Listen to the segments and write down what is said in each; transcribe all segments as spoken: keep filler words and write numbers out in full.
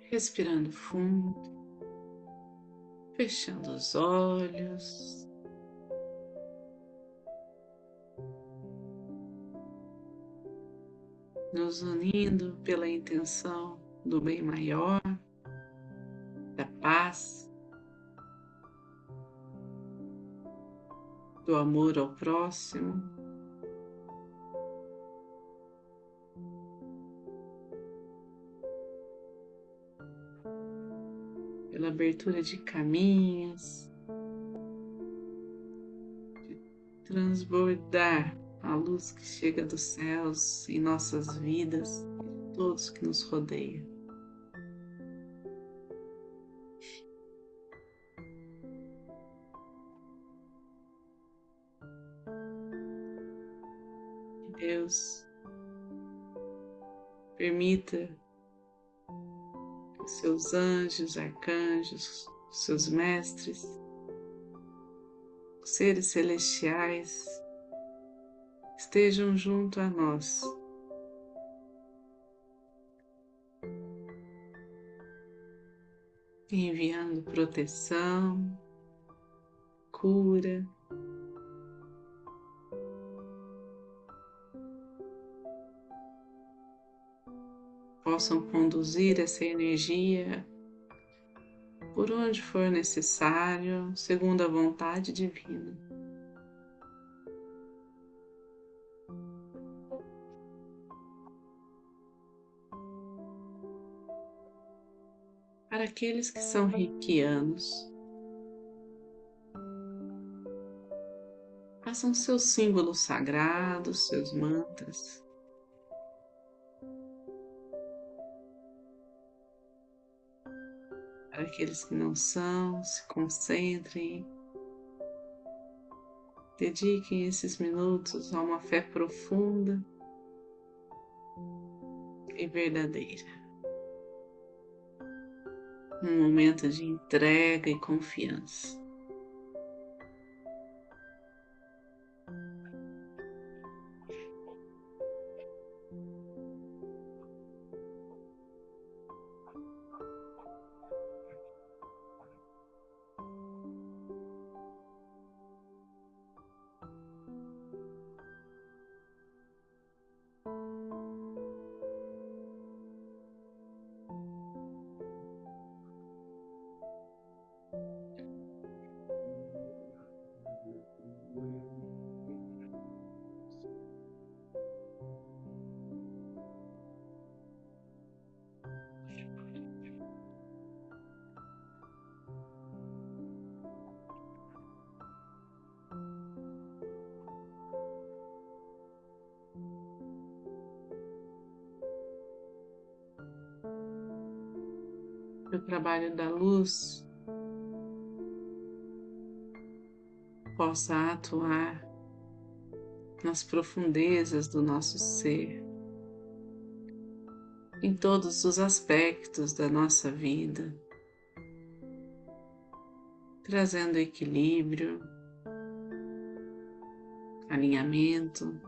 respirando fundo, fechando os olhos, nos unindo pela intenção do bem maior, da paz, do amor ao próximo. Pela abertura de caminhos, de transbordar a luz que chega dos céus em nossas vidas e todos que nos rodeiam. Que Deus permita que os seus anjos, arcanjos, os seus mestres, os seres celestiais estejam junto a nós, enviando proteção, cura, possam conduzir essa energia por onde for necessário, segundo a vontade divina. Para aqueles que são reikianos, façam seus símbolos sagrados, seus mantras. Para aqueles que não são, se concentrem, dediquem esses minutos a uma fé profunda e verdadeira. Um momento de entrega e confiança. Que o trabalho da luz possa atuar nas profundezas do nosso ser, em todos os aspectos da nossa vida, trazendo equilíbrio, alinhamento,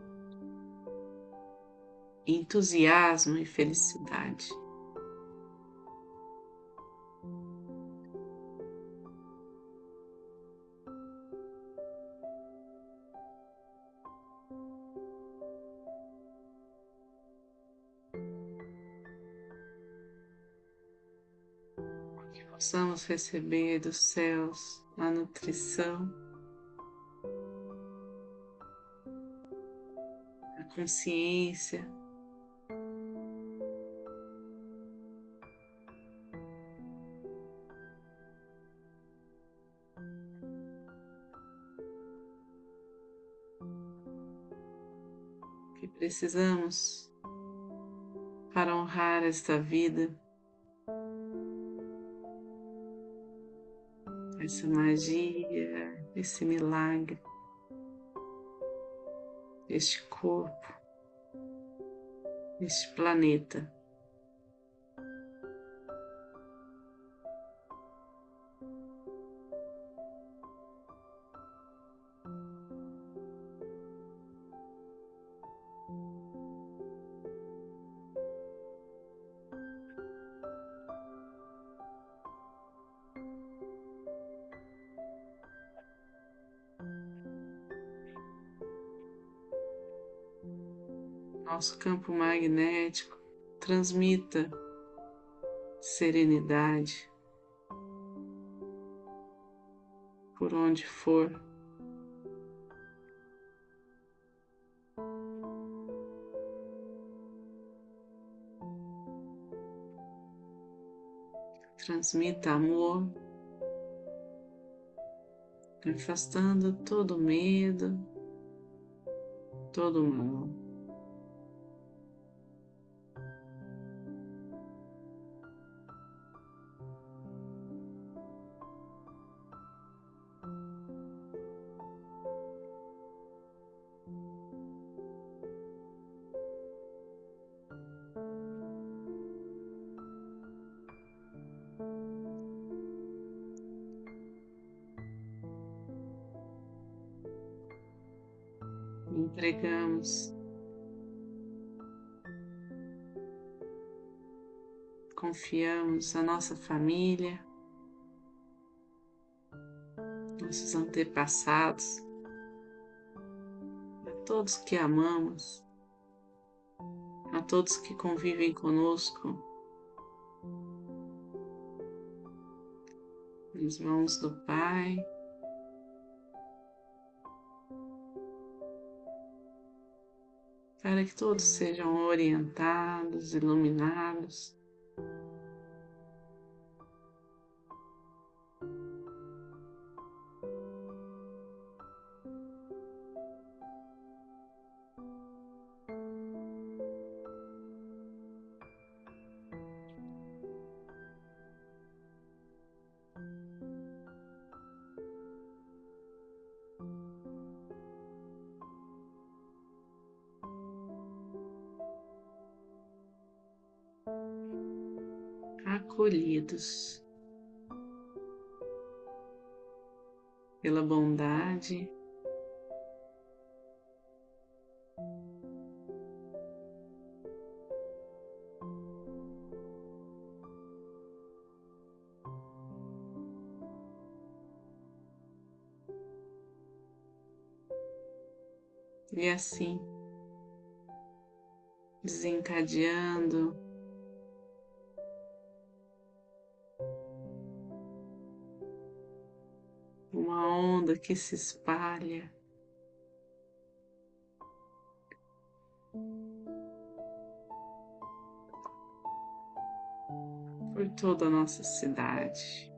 entusiasmo e felicidade. Que possamos receber dos céus a nutrição, a consciência, que precisamos para honrar esta vida, essa magia, esse milagre, este corpo, este planeta. nosso campo magnético transmita serenidade por onde for. Transmita amor, afastando todo medo, todo mal. Entregamos, confiamos a nossa família, nossos antepassados, a todos que amamos, a todos que convivem conosco, nas mãos do Pai. Para que todos sejam orientados, iluminados. Acolhidos pela bondade e assim desencadeando uma onda que se espalha por toda a nossa cidade,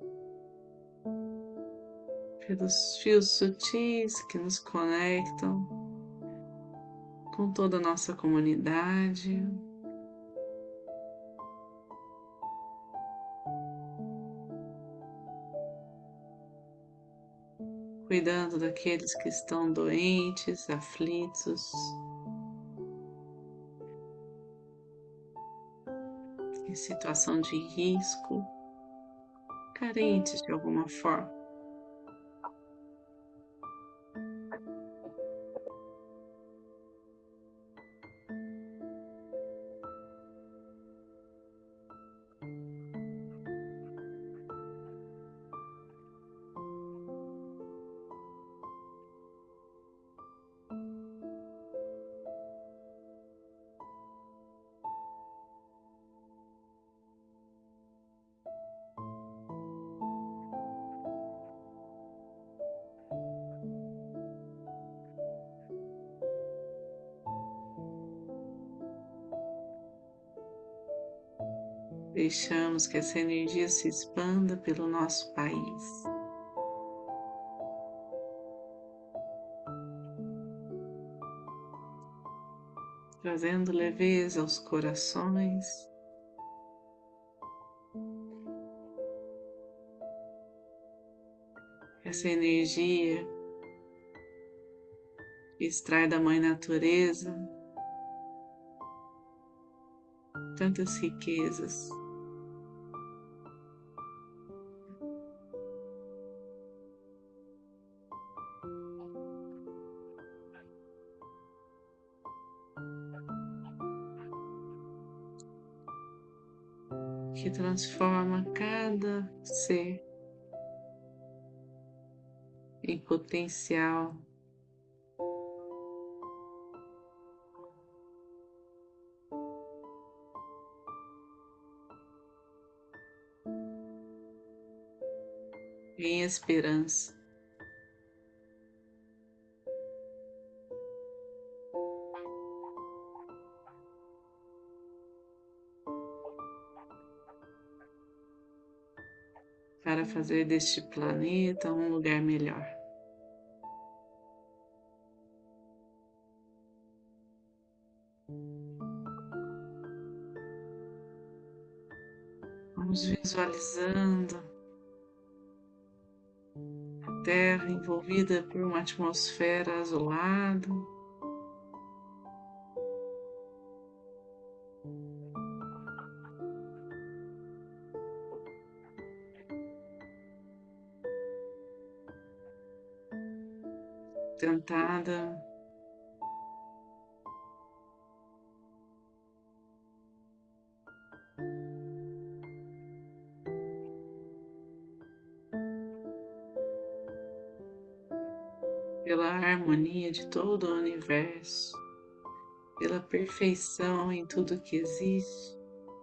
pelos fios sutis que nos conectam com toda a nossa comunidade, cuidando daqueles que estão doentes, aflitos, em situação de risco, carentes de alguma forma. Deixamos que essa energia se expanda pelo nosso país, trazendo leveza aos corações, essa energia que extrai da Mãe Natureza tantas riquezas. Que transforma cada ser em potencial em esperança. Para fazer deste planeta um lugar melhor. Vamos visualizando a Terra envolvida por uma atmosfera azulada. Tentada pela harmonia de todo o universo, pela perfeição em tudo que existe,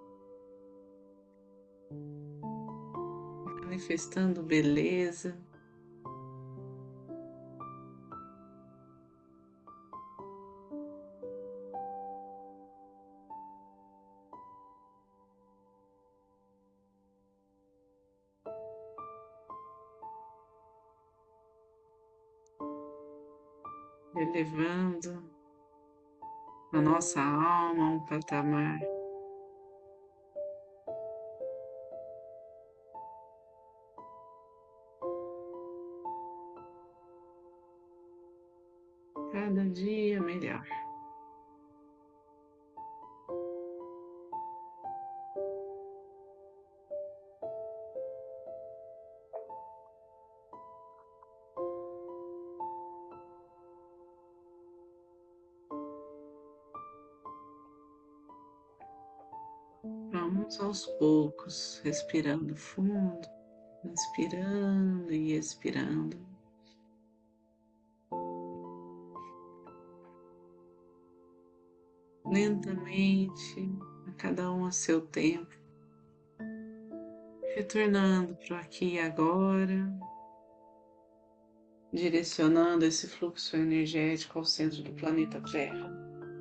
manifestando beleza. Elevando a nossa alma a um patamar cada dia melhor. Vamos aos poucos, respirando fundo, inspirando e expirando. Lentamente, a cada um a seu tempo, retornando para o aqui e agora, direcionando esse fluxo energético ao centro do planeta Terra.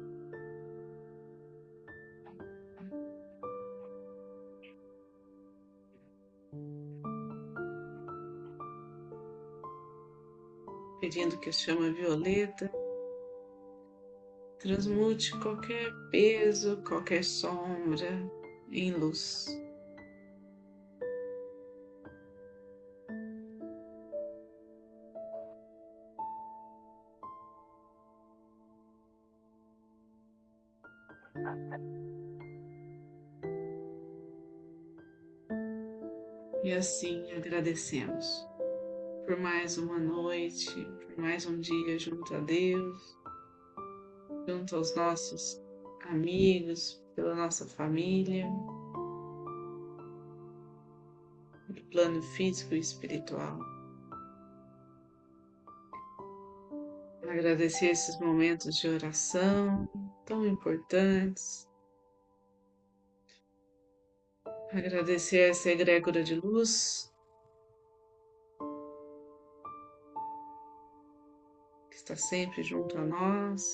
Pedindo que a chama violeta transmute qualquer peso, qualquer sombra em luz. E assim agradecemos por mais uma noite, por mais um dia junto a Deus, junto aos nossos amigos, pela nossa família, pelo plano físico e espiritual. Agradecer esses momentos de oração tão importantes. Agradecer essa egrégora de luz que está sempre junto a nós.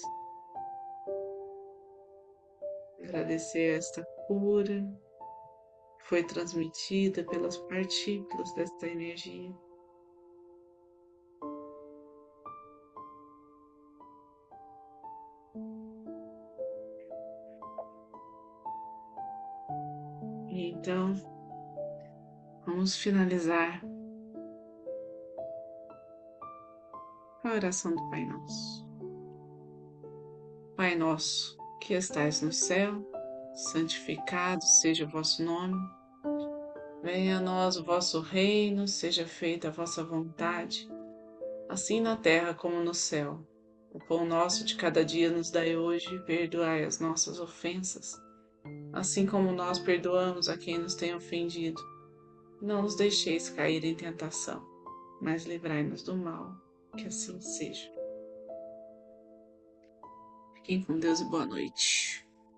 Agradecer esta cura que foi transmitida pelas partículas desta energia. E então, vamos finalizar a oração do Pai Nosso. Pai nosso, que estais no céu, santificado seja o vosso nome. Venha a nós o vosso reino, seja feita a vossa vontade, assim na terra como no céu. O pão nosso de cada dia nos dai hoje, perdoai as nossas ofensas, assim como nós perdoamos a quem nos tem ofendido. Não nos deixeis cair em tentação, mas livrai-nos do mal, que assim seja. Fiquem com Deus e boa noite.